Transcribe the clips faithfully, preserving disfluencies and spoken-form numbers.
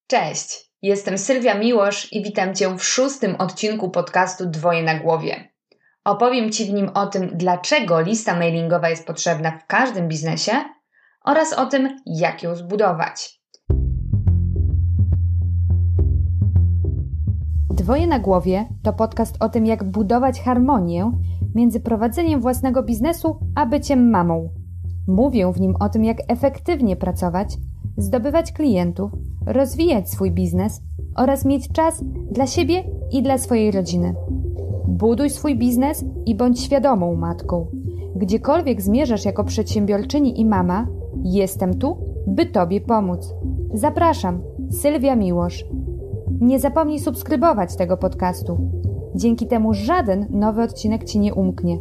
Cześć, jestem Sylwia Miłosz i witam Cię w szóstym odcinku podcastu Dwoje na głowie. Opowiem Ci w nim o tym, dlaczego lista mailingowa jest potrzebna w każdym biznesie oraz o tym, jak ją zbudować. Dwoje na głowie to podcast o tym, jak budować harmonię między prowadzeniem własnego biznesu a byciem mamą. Mówię w nim o tym, jak efektywnie pracować, zdobywać klientów, rozwijać swój biznes oraz mieć czas dla siebie i dla swojej rodziny. Buduj swój biznes i bądź świadomą matką. Gdziekolwiek zmierzasz jako przedsiębiorczyni i mama, jestem tu, by Tobie pomóc. Zapraszam, Sylwia Miłosz. Nie zapomnij subskrybować tego podcastu. Dzięki temu żaden nowy odcinek Ci nie umknie.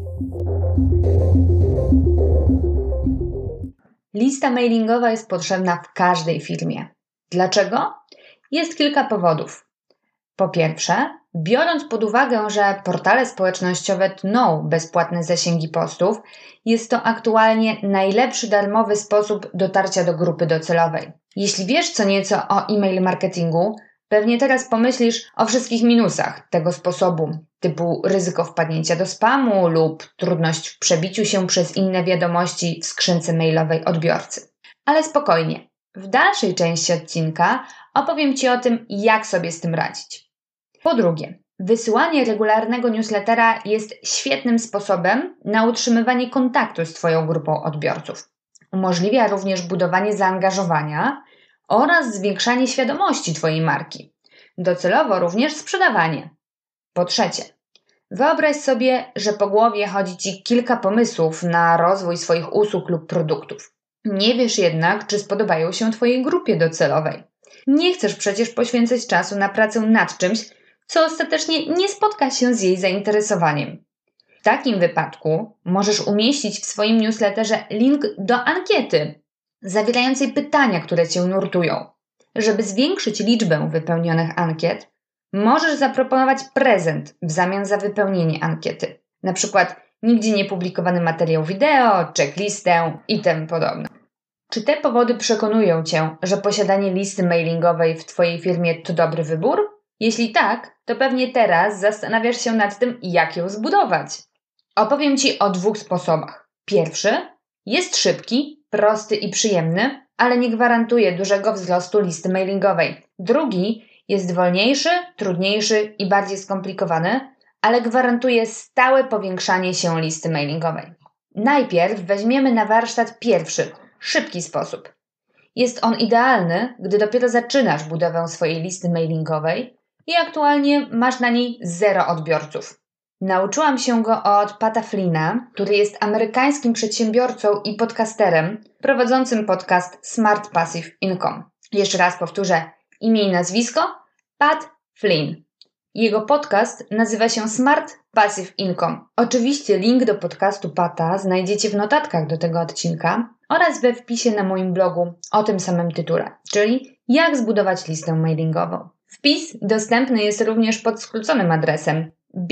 Lista mailingowa jest potrzebna w każdej firmie. Dlaczego? Jest kilka powodów. Po pierwsze, biorąc pod uwagę, że portale społecznościowe tną bezpłatne zasięgi postów, jest to aktualnie najlepszy darmowy sposób dotarcia do grupy docelowej. Jeśli wiesz co nieco o e-mail marketingu, pewnie teraz pomyślisz o wszystkich minusach tego sposobu, typu ryzyko wpadnięcia do spamu lub trudność w przebiciu się przez inne wiadomości w skrzynce mailowej odbiorcy. Ale spokojnie, w dalszej części odcinka opowiem Ci o tym, jak sobie z tym radzić. Po drugie, wysyłanie regularnego newslettera jest świetnym sposobem na utrzymywanie kontaktu z Twoją grupą odbiorców. Umożliwia również budowanie zaangażowania oraz zwiększanie świadomości Twojej marki. Docelowo również sprzedawanie. Po trzecie, wyobraź sobie, że po głowie chodzi Ci kilka pomysłów na rozwój swoich usług lub produktów. Nie wiesz jednak, czy spodobają się Twojej grupie docelowej. Nie chcesz przecież poświęcać czasu na pracę nad czymś, co ostatecznie nie spotka się z jej zainteresowaniem. W takim wypadku możesz umieścić w swoim newsletterze link do ankiety zawierającej pytania, które Cię nurtują. Żeby zwiększyć liczbę wypełnionych ankiet, możesz zaproponować prezent w zamian za wypełnienie ankiety. Na przykład nigdzie nie publikowany materiał wideo, checklistę i tym podobne. Czy te powody przekonują Cię, że posiadanie listy mailingowej w Twojej firmie to dobry wybór? Jeśli tak, to pewnie teraz zastanawiasz się nad tym, jak ją zbudować. Opowiem Ci o dwóch sposobach. Pierwszy jest szybki, prosty i przyjemny, ale nie gwarantuje dużego wzrostu listy mailingowej. Drugi jest wolniejszy, trudniejszy i bardziej skomplikowany, ale gwarantuje stałe powiększanie się listy mailingowej. Najpierw weźmiemy na warsztat pierwszy, szybki sposób. Jest on idealny, gdy dopiero zaczynasz budowę swojej listy mailingowej i aktualnie masz na niej zero odbiorców. Nauczyłam się go od Pata Flynna, który jest amerykańskim przedsiębiorcą i podcasterem prowadzącym podcast Smart Passive Income. Jeszcze raz powtórzę imię i nazwisko: Pat Flynn. Jego podcast nazywa się Smart Passive Income. Oczywiście link do podcastu Pata znajdziecie w notatkach do tego odcinka oraz we wpisie na moim blogu o tym samym tytule, czyli jak zbudować listę mailingową. Wpis dostępny jest również pod skróconym adresem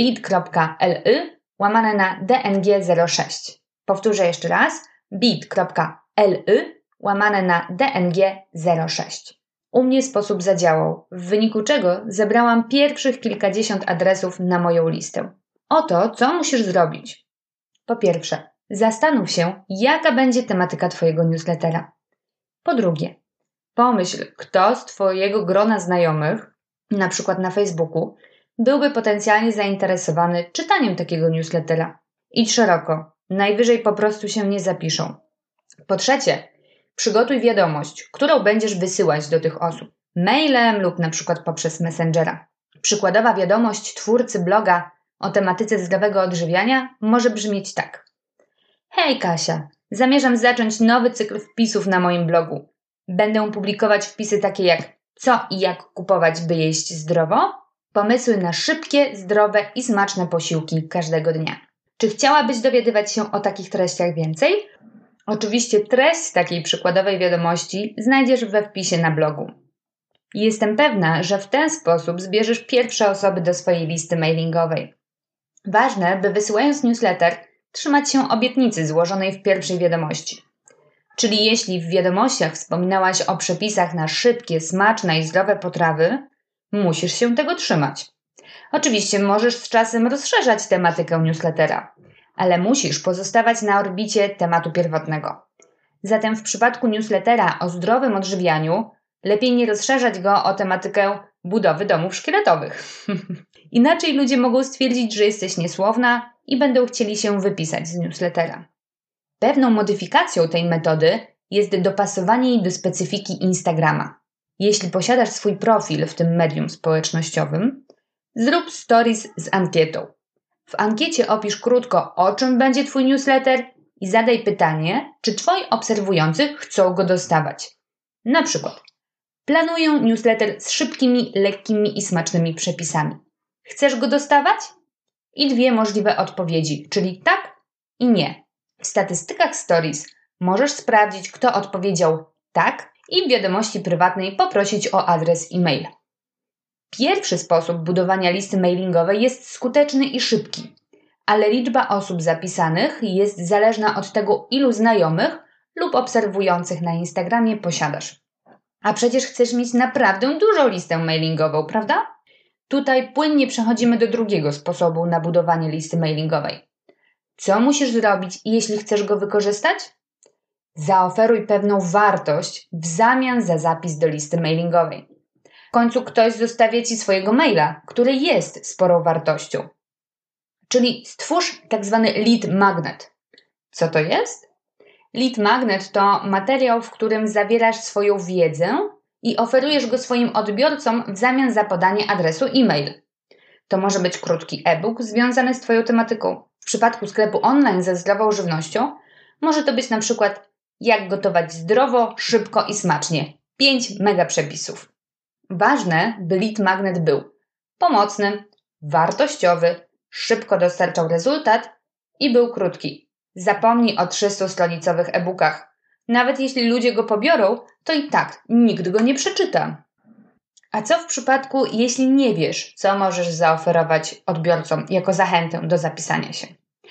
bit.ly łamane na D N G zero sześć. Powtórzę jeszcze raz: bit.ly łamane na D N G zero sześć. U mnie sposób zadziałał, w wyniku czego zebrałam pierwszych kilkadziesiąt adresów na moją listę. Oto, co musisz zrobić. Po pierwsze, zastanów się, jaka będzie tematyka Twojego newslettera. Po drugie, pomyśl, kto z Twojego grona znajomych, na przykład na Facebooku, byłby potencjalnie zainteresowany czytaniem takiego newslettera. Idź szeroko, najwyżej po prostu się nie zapiszą. Po trzecie, przygotuj wiadomość, którą będziesz wysyłać do tych osób. Mailem lub na przykład poprzez Messengera. Przykładowa wiadomość twórcy bloga o tematyce zdrowego odżywiania może brzmieć tak. Hej Kasia, zamierzam zacząć nowy cykl wpisów na moim blogu. Będę publikować wpisy takie jak co i jak kupować, by jeść zdrowo, pomysły na szybkie, zdrowe i smaczne posiłki każdego dnia. Czy chciałabyś dowiadywać się o takich treściach więcej? Oczywiście treść takiej przykładowej wiadomości znajdziesz we wpisie na blogu. Jestem pewna, że w ten sposób zbierzesz pierwsze osoby do swojej listy mailingowej. Ważne, by wysyłając newsletter, trzymać się obietnicy złożonej w pierwszej wiadomości. Czyli jeśli w wiadomościach wspominałaś o przepisach na szybkie, smaczne i zdrowe potrawy, musisz się tego trzymać. Oczywiście możesz z czasem rozszerzać tematykę newslettera, ale musisz pozostawać na orbicie tematu pierwotnego. Zatem w przypadku newslettera o zdrowym odżywianiu lepiej nie rozszerzać go o tematykę budowy domów szkieletowych. Inaczej ludzie mogą stwierdzić, że jesteś niesłowna i będą chcieli się wypisać z newslettera. Pewną modyfikacją tej metody jest dopasowanie jej do specyfiki Instagrama. Jeśli posiadasz swój profil w tym medium społecznościowym, zrób stories z ankietą. W ankiecie opisz krótko, o czym będzie Twój newsletter i zadaj pytanie, czy Twoi obserwujący chcą go dostawać. Na przykład, planuję newsletter z szybkimi, lekkimi i smacznymi przepisami. Chcesz go dostawać? I dwie możliwe odpowiedzi, czyli tak i nie. W statystykach Stories możesz sprawdzić, kto odpowiedział tak i w wiadomości prywatnej poprosić o adres e-mail. Pierwszy sposób budowania listy mailingowej jest skuteczny i szybki, ale liczba osób zapisanych jest zależna od tego, ilu znajomych lub obserwujących na Instagramie posiadasz. A przecież chcesz mieć naprawdę dużą listę mailingową, prawda? Tutaj płynnie przechodzimy do drugiego sposobu na budowanie listy mailingowej. Co musisz zrobić, jeśli chcesz go wykorzystać? Zaoferuj pewną wartość w zamian za zapis do listy mailingowej. W końcu ktoś zostawia Ci swojego maila, który jest sporą wartością. Czyli stwórz tak zwany lead magnet. Co to jest? Lead magnet to materiał, w którym zawierasz swoją wiedzę i oferujesz go swoim odbiorcom w zamian za podanie adresu e-mail. To może być krótki e-book związany z Twoją tematyką. W przypadku sklepu online ze zdrową żywnością może to być na przykład jak gotować zdrowo, szybko i smacznie. pięć mega przepisów. Ważne, by lead magnet był pomocny, wartościowy, szybko dostarczał rezultat i był krótki. Zapomnij o trzystustronicowych e-bookach. Nawet jeśli ludzie go pobiorą, to i tak nikt go nie przeczyta. A co w przypadku, jeśli nie wiesz, co możesz zaoferować odbiorcom jako zachętę do zapisania się?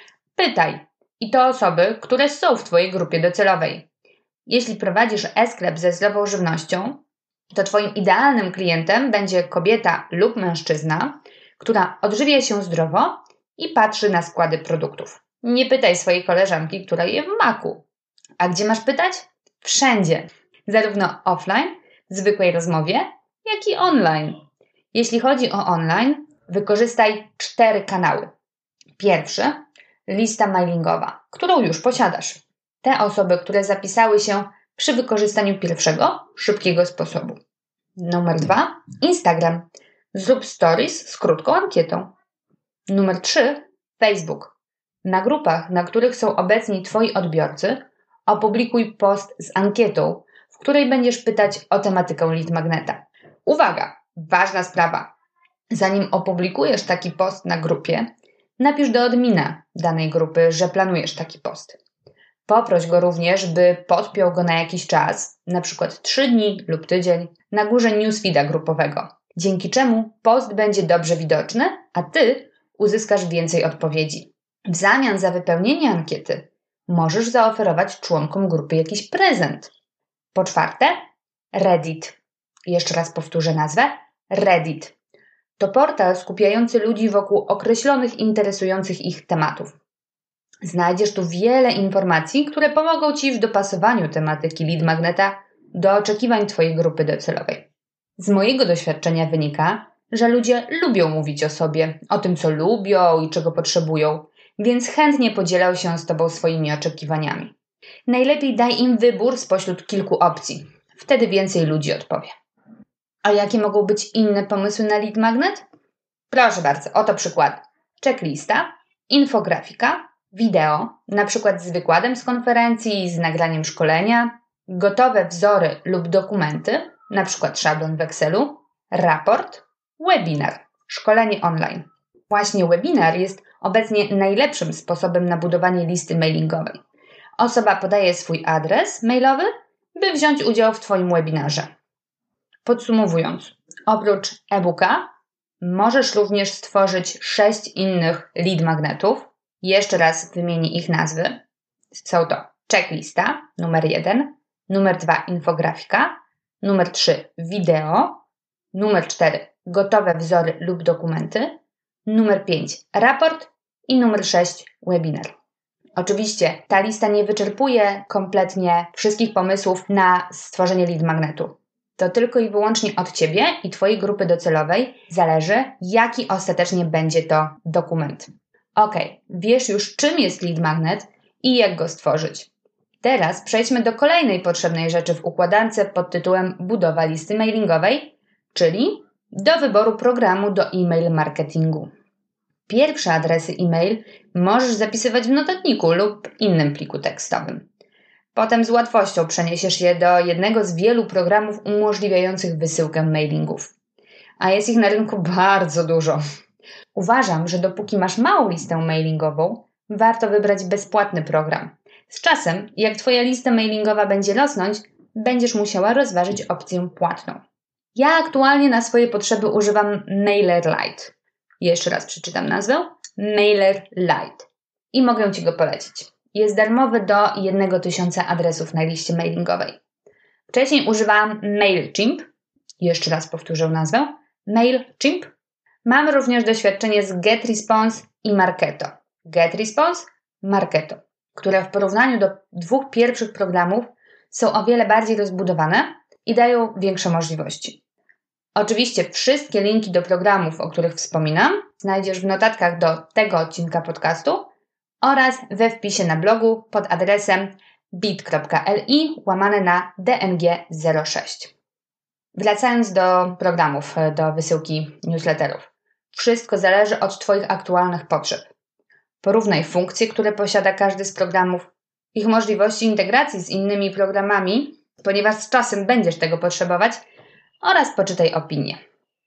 Pytaj. I to osoby, które są w Twojej grupie docelowej. Jeśli prowadzisz e-sklep ze zdrową żywnością, to Twoim idealnym klientem będzie kobieta lub mężczyzna, która odżywia się zdrowo i patrzy na składy produktów. Nie pytaj swojej koleżanki, która je w maku. A gdzie masz pytać? Wszędzie. Zarówno offline, w zwykłej rozmowie, jak i online. Jeśli chodzi o online, wykorzystaj cztery kanały. Pierwszy, lista mailingowa, którą już posiadasz. Te osoby, które zapisały się przy wykorzystaniu pierwszego, szybkiego sposobu. Numer dwa, Instagram. Zrób stories z krótką ankietą. Numer trzy, Facebook. Na grupach, na których są obecni Twoi odbiorcy, opublikuj post z ankietą, w której będziesz pytać o tematykę lead magneta. Uwaga! Ważna sprawa. Zanim opublikujesz taki post na grupie, napisz do admina danej grupy, że planujesz taki post. Poproś go również, by podpiął go na jakiś czas, na przykład trzy dni lub tydzień, na górze newsfeeda grupowego, dzięki czemu post będzie dobrze widoczny, a Ty uzyskasz więcej odpowiedzi. W zamian za wypełnienie ankiety możesz zaoferować członkom grupy jakiś prezent. Po czwarte, Reddit. Jeszcze raz powtórzę nazwę. Reddit. To portal skupiający ludzi wokół określonych interesujących ich tematów. Znajdziesz tu wiele informacji, które pomogą Ci w dopasowaniu tematyki lead magneta do oczekiwań Twojej grupy docelowej. Z mojego doświadczenia wynika, że ludzie lubią mówić o sobie, o tym, co lubią i czego potrzebują, więc chętnie podzielą się z Tobą swoimi oczekiwaniami. Najlepiej daj im wybór spośród kilku opcji. Wtedy więcej ludzi odpowie. A jakie mogą być inne pomysły na lead magnet? Proszę bardzo, oto przykład. Checklista, infografika, wideo, na przykład z wykładem z konferencji, z nagraniem szkolenia, gotowe wzory lub dokumenty, na przykład szablon w Excelu, raport, webinar, szkolenie online. Właśnie webinar jest obecnie najlepszym sposobem na budowanie listy mailingowej. Osoba podaje swój adres mailowy, by wziąć udział w Twoim webinarze. Podsumowując, oprócz e-booka możesz również stworzyć sześć innych lead magnetów. Jeszcze raz wymienię ich nazwy. Są to checklista, numer jeden, numer dwa infografika, numer trzy wideo, numer cztery gotowe wzory lub dokumenty, numer pięć raport i numer sześć webinar. Oczywiście ta lista nie wyczerpuje kompletnie wszystkich pomysłów na stworzenie lead magnetu. To tylko i wyłącznie od Ciebie i Twojej grupy docelowej zależy, jaki ostatecznie będzie to dokument. Ok, wiesz już, czym jest lead magnet i jak go stworzyć. Teraz przejdźmy do kolejnej potrzebnej rzeczy w układance pod tytułem budowa listy mailingowej, czyli do wyboru programu do e-mail marketingu. Pierwsze adresy e-mail możesz zapisywać w notatniku lub innym pliku tekstowym. Potem z łatwością przeniesiesz je do jednego z wielu programów umożliwiających wysyłkę mailingów. A jest ich na rynku bardzo dużo. Uważam, że dopóki masz małą listę mailingową, warto wybrać bezpłatny program. Z czasem, jak Twoja lista mailingowa będzie rosnąć, będziesz musiała rozważyć opcję płatną. Ja aktualnie na swoje potrzeby używam MailerLite. Jeszcze raz przeczytam nazwę. MailerLite. I mogę Ci go polecić. Jest darmowy do jednego tysiąca adresów na liście mailingowej. Wcześniej używałam MailChimp. Jeszcze raz powtórzę nazwę. MailChimp. Mam również doświadczenie z GetResponse i Marketo. GetResponse, Marketo, które w porównaniu do dwóch pierwszych programów są o wiele bardziej rozbudowane i dają większe możliwości. Oczywiście wszystkie linki do programów, o których wspominam, znajdziesz w notatkach do tego odcinka podcastu oraz we wpisie na blogu pod adresem bit.li łamane na D N G zero sześć. Wracając do programów do wysyłki newsletterów. Wszystko zależy od Twoich aktualnych potrzeb. Porównaj funkcje, które posiada każdy z programów, ich możliwości integracji z innymi programami, ponieważ z czasem będziesz tego potrzebować, oraz poczytaj opinie.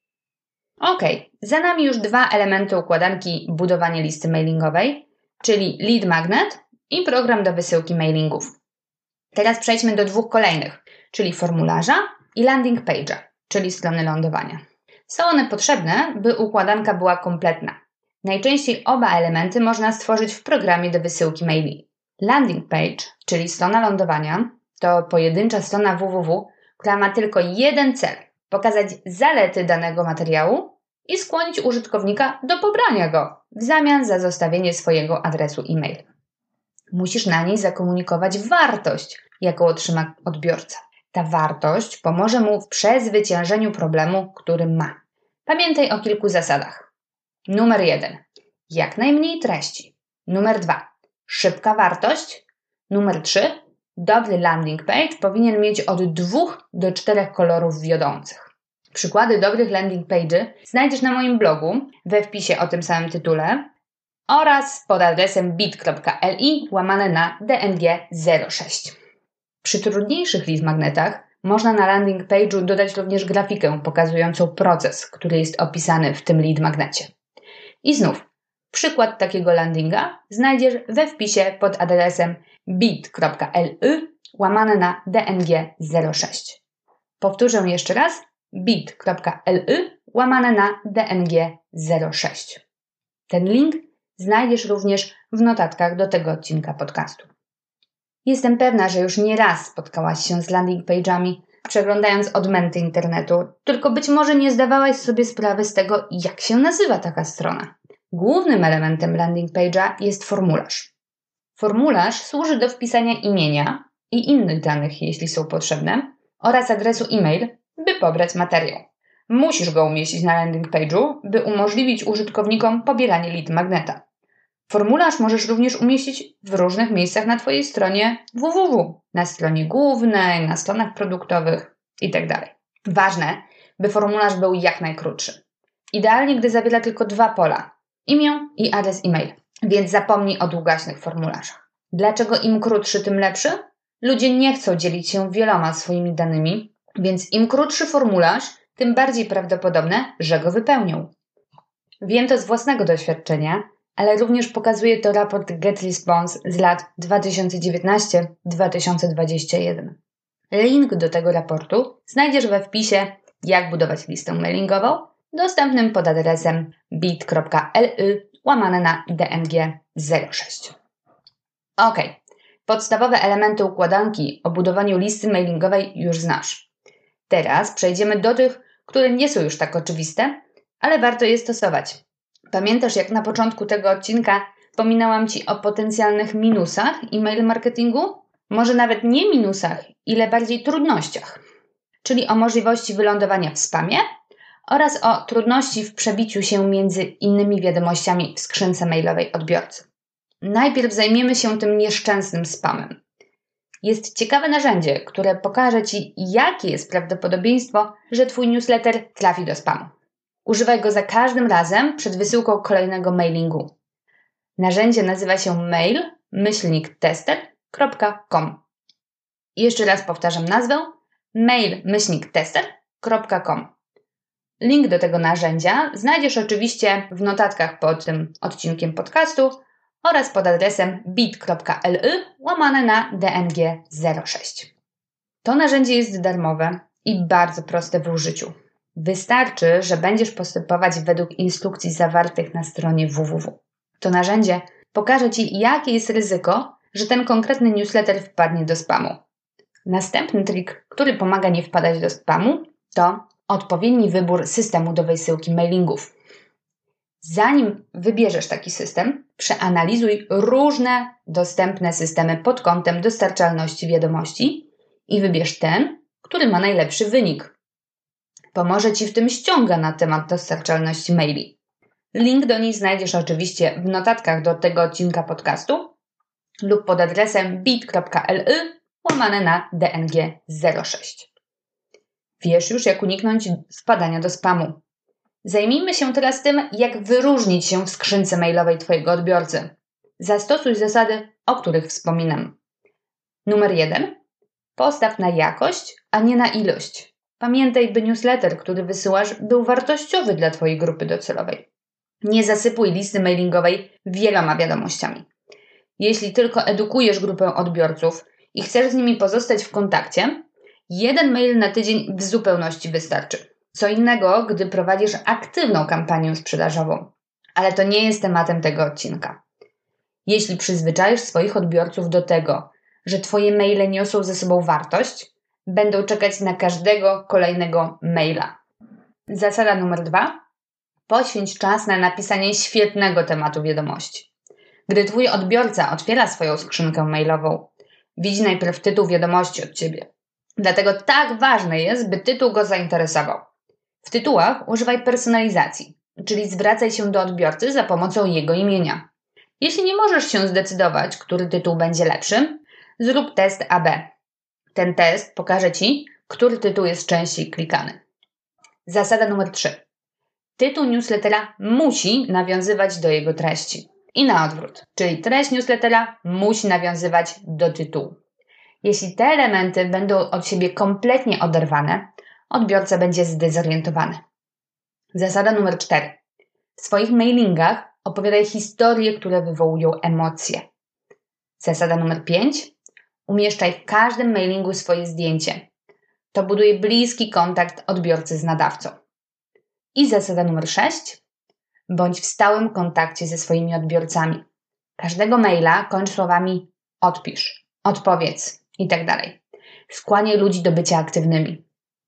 Ok, za nami już dwa elementy układanki budowania listy mailingowej, czyli lead magnet i program do wysyłki mailingów. Teraz przejdźmy do dwóch kolejnych, czyli formularza i landing page'a, czyli strony lądowania. Są one potrzebne, by układanka była kompletna. Najczęściej oba elementy można stworzyć w programie do wysyłki maili. Landing page, czyli strona lądowania, to pojedyncza strona www, która ma tylko jeden cel – pokazać zalety danego materiału i skłonić użytkownika do pobrania go w zamian za zostawienie swojego adresu e-mail. Musisz na niej zakomunikować wartość, jaką otrzyma odbiorca. Ta wartość pomoże mu w przezwyciężeniu problemu, który ma. Pamiętaj o kilku zasadach. Numer jeden. Jak najmniej treści. Numer dwa. Szybka wartość. Numer trzy. Dobry landing page powinien mieć od dwóch do czterech kolorów wiodących. Przykłady dobrych landing page'y znajdziesz na moim blogu we wpisie o tym samym tytule oraz pod adresem bit.li łamane na D N G zero sześć. Przy trudniejszych lead magnetach można na landing page'u dodać również grafikę pokazującą proces, który jest opisany w tym lead magnecie. I znów, przykład takiego landinga znajdziesz we wpisie pod adresem bit.li łamane na D N G zero sześć. Powtórzę jeszcze raz, bit.li łamane na D N G zero sześć. Ten link znajdziesz również w notatkach do tego odcinka podcastu. Jestem pewna, że już nie raz spotkałaś się z landing page'ami, przeglądając odmęty internetu, tylko być może nie zdawałaś sobie sprawy z tego, jak się nazywa taka strona. Głównym elementem landing page'a jest formularz. Formularz służy do wpisania imienia i innych danych, jeśli są potrzebne, oraz adresu e-mail, by pobrać materiał. Musisz go umieścić na landing page'u, by umożliwić użytkownikom pobieranie lead magneta. Formularz możesz również umieścić w różnych miejscach na Twojej stronie www, na stronie głównej, na stronach produktowych itd. Ważne, by formularz był jak najkrótszy. Idealnie, gdy zawiera tylko dwa pola, imię i adres e-mail, więc zapomnij o długaśnych formularzach. Dlaczego im krótszy, tym lepszy? Ludzie nie chcą dzielić się wieloma swoimi danymi, więc im krótszy formularz, tym bardziej prawdopodobne, że go wypełnią. Wiem to z własnego doświadczenia, ale również pokazuje to raport GetResponse z lat dwa tysiące dziewiętnasty do dwa tysiące dwudziestego pierwszego. Link do tego raportu znajdziesz we wpisie Jak budować listę mailingową, dostępnym pod adresem bit.li łamane na D N G zero sześć. Ok, Podstawowe elementy układanki o budowaniu listy mailingowej już znasz. Teraz przejdziemy do tych, które nie są już tak oczywiste, ale warto je stosować. Pamiętasz, jak na początku tego odcinka wspominałam Ci o potencjalnych minusach e-mail marketingu? Może nawet nie minusach, ile bardziej trudnościach. Czyli o możliwości wylądowania w spamie oraz o trudności w przebiciu się między innymi wiadomościami w skrzynce mailowej odbiorcy. Najpierw zajmiemy się tym nieszczęsnym spamem. Jest ciekawe narzędzie, które pokaże Ci, jakie jest prawdopodobieństwo, że Twój newsletter trafi do spamu. Używaj go za każdym razem przed wysyłką kolejnego mailingu. Narzędzie nazywa się mail myślnik tester kropka com. I jeszcze raz powtarzam nazwę mail myślnik tester kropka com. Link do tego narzędzia znajdziesz oczywiście w notatkach pod tym odcinkiem podcastu oraz pod adresem bit.ly łamane na D N G zero sześć. To narzędzie jest darmowe i bardzo proste w użyciu. Wystarczy, że będziesz postępować według instrukcji zawartych na stronie www. To narzędzie pokaże Ci, jakie jest ryzyko, że ten konkretny newsletter wpadnie do spamu. Następny trik, który pomaga nie wpadać do spamu, to odpowiedni wybór systemu do wysyłki mailingów. Zanim wybierzesz taki system, przeanalizuj różne dostępne systemy pod kątem dostarczalności wiadomości i wybierz ten, który ma najlepszy wynik. Pomoże Ci w tym ściąga na temat dostarczalności maili. Link do niej znajdziesz oczywiście w notatkach do tego odcinka podcastu lub pod adresem bit.ly łamane na D N G zero sześć. Wiesz już, jak uniknąć wpadania do spamu. Zajmijmy się teraz tym, jak wyróżnić się w skrzynce mailowej Twojego odbiorcy. Zastosuj zasady, o których wspominam. Numer jeden. Postaw na jakość, a nie na ilość. Pamiętaj, by newsletter, który wysyłasz, był wartościowy dla Twojej grupy docelowej. Nie zasypuj listy mailingowej wieloma wiadomościami. Jeśli tylko edukujesz grupę odbiorców i chcesz z nimi pozostać w kontakcie, jeden mail na tydzień w zupełności wystarczy. Co innego, gdy prowadzisz aktywną kampanię sprzedażową. Ale to nie jest tematem tego odcinka. Jeśli przyzwyczaisz swoich odbiorców do tego, że Twoje maile niosą ze sobą wartość, będą czekać na każdego kolejnego maila. Zasada numer dwa. Poświęć czas na napisanie świetnego tematu wiadomości. Gdy Twój odbiorca otwiera swoją skrzynkę mailową, widzi najpierw tytuł wiadomości od Ciebie. Dlatego tak ważne jest, by tytuł go zainteresował. W tytułach używaj personalizacji, czyli zwracaj się do odbiorcy za pomocą jego imienia. Jeśli nie możesz się zdecydować, który tytuł będzie lepszy, zrób test A B. Ten test pokaże Ci, który tytuł jest częściej klikany. Zasada numer trzy. Tytuł newslettera musi nawiązywać do jego treści. I na odwrót, czyli treść newslettera musi nawiązywać do tytułu. Jeśli te elementy będą od siebie kompletnie oderwane, odbiorca będzie zdezorientowany. Zasada numer cztery. W swoich mailingach opowiadaj historie, które wywołują emocje. Zasada numer pięć. Umieszczaj w każdym mailingu swoje zdjęcie. To buduje bliski kontakt odbiorcy z nadawcą. I zasada numer sześć. Bądź w stałym kontakcie ze swoimi odbiorcami. Każdego maila kończ słowami odpisz, odpowiedz i tak dalej. Skłaniaj ludzi do bycia aktywnymi.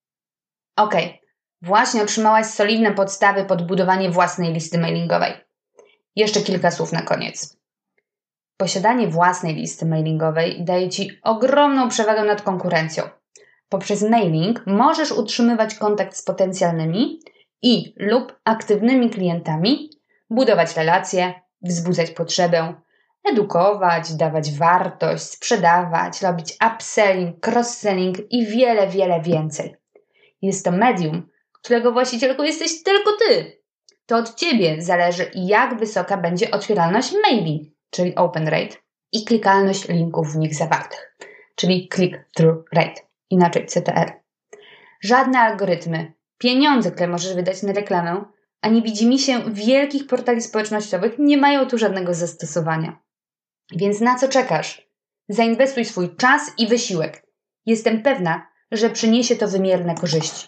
Ok, właśnie otrzymałaś solidne podstawy pod budowanie własnej listy mailingowej. Jeszcze kilka słów na koniec. Posiadanie własnej listy mailingowej daje Ci ogromną przewagę nad konkurencją. Poprzez mailing możesz utrzymywać kontakt z potencjalnymi i lub aktywnymi klientami, budować relacje, wzbudzać potrzebę, edukować, dawać wartość, sprzedawać, robić upselling, cross-selling i wiele, wiele więcej. Jest to medium, którego właścicielką jesteś tylko Ty. To od Ciebie zależy, jak wysoka będzie otwieralność maili, czyli open rate, i klikalność linków w nich zawartych, czyli click-through rate, inaczej C T R. Żadne algorytmy, pieniądze, które możesz wydać na reklamę, ani widzimisię wielkich portali społecznościowych nie mają tu żadnego zastosowania. Więc na co czekasz? Zainwestuj swój czas i wysiłek. Jestem pewna, że przyniesie to wymierne korzyści.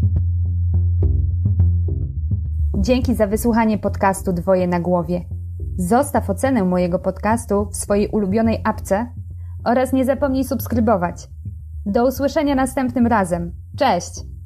Dzięki za wysłuchanie podcastu Dwoje na głowie. Zostaw ocenę mojego podcastu w swojej ulubionej apce oraz nie zapomnij subskrybować. Do usłyszenia następnym razem. Cześć!